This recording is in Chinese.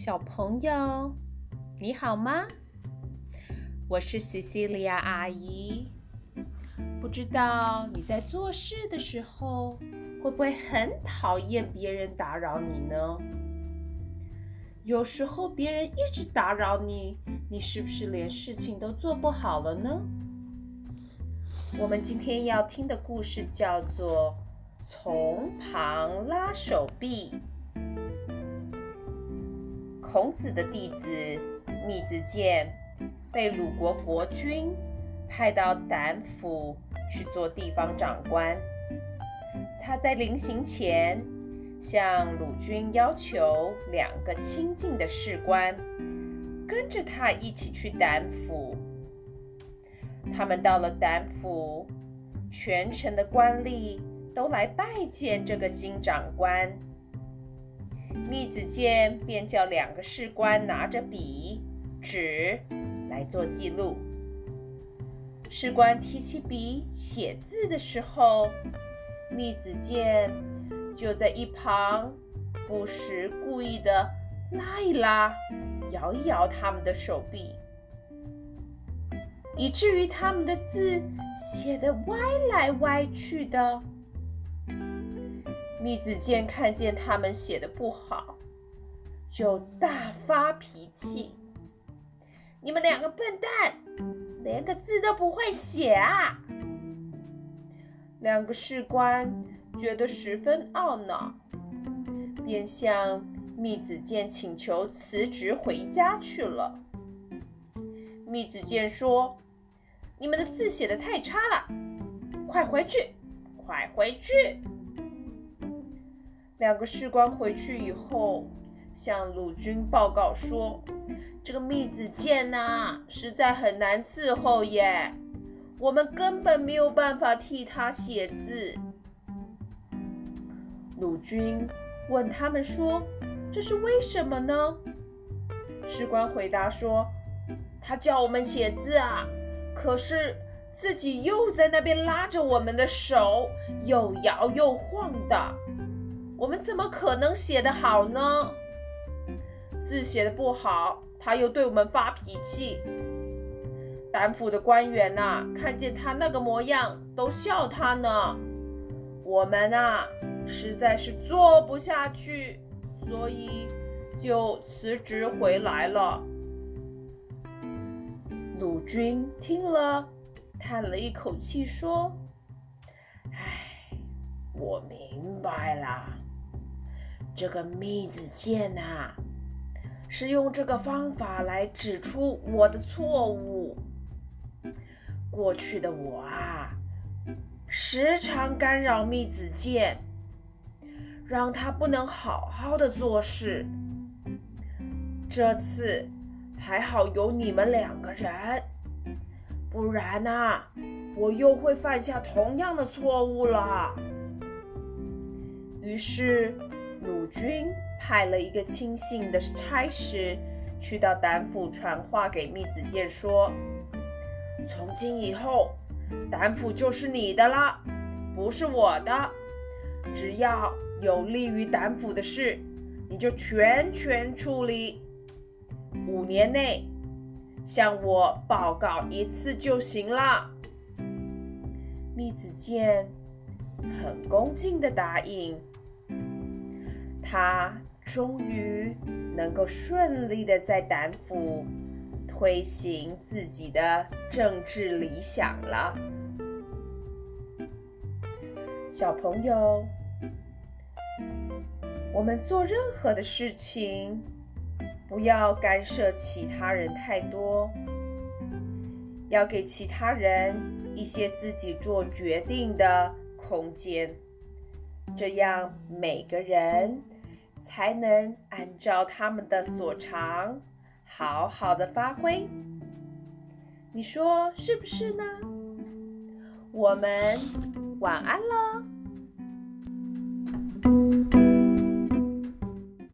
小朋友，你好吗？我是 Cecilia 阿姨。不知道你在做事的时候，会不会很讨厌别人打扰你呢？有时候别人一直打扰你，你是不是连事情都做不好了呢？我们今天要听的故事叫做《从旁拉手臂》。孔子的弟子密子建被鲁国国君派到胆府去做地方长官。他在临行前向鲁君要求2个亲近的士官跟着他一起去胆府。他们到了胆府，全城的官吏都来拜见这个新长官。密子建便叫2个士官拿着笔、纸来做记录。士官提起笔写字的时候，密子建就在一旁不时故意的拉一拉、摇一摇他们的手臂，以至于他们的字写得歪来歪去的。密子建看见他们写得不好，就大发脾气：“你们2个笨蛋，连个字都不会写啊！”2个士官觉得十分懊恼，便向密子建请求辞职回家去了。密子建说：“你们的字写得太差了，快回去，快回去！”2个士官回去以后，向鲁君报告说：“这个密子建啊，实在很难伺候耶，我们根本没有办法替他写字。”鲁君问他们说：“这是为什么呢？”士官回答说：“他叫我们写字啊，可是自己又在那边拉着我们的手，又摇又晃的，我们怎么可能写得好呢？字写得不好，他又对我们发脾气。胆府的官员啊，看见他那个模样，都笑他呢。我们啊，实在是做不下去，所以就辞职回来了。”鲁君听了，叹了一口气说：“唉，我明白了，这个密子建啊，是用这个方法来指出我的错误。过去的我啊，时常干扰密子建，让他不能好好的做事。这次还好有你们2个人，不然啊，我又会犯下同样的错误了。”于是鲁君派了一个亲信的差使去到胆府传话给密子建说：“从今以后，胆府就是你的了，不是我的。只要有利于胆府的事，你就全权处理。5年内向我报告1次就行了。”密子建很恭敬地答应。他终于能够顺利地在胆府推行自己的政治理想了。小朋友，我们做任何的事情，不要干涉其他人太多，要给其他人一些自己做决定的空间，这样每个人才能按照他们的所长好好的发挥。你说是不是呢？我们晚安了。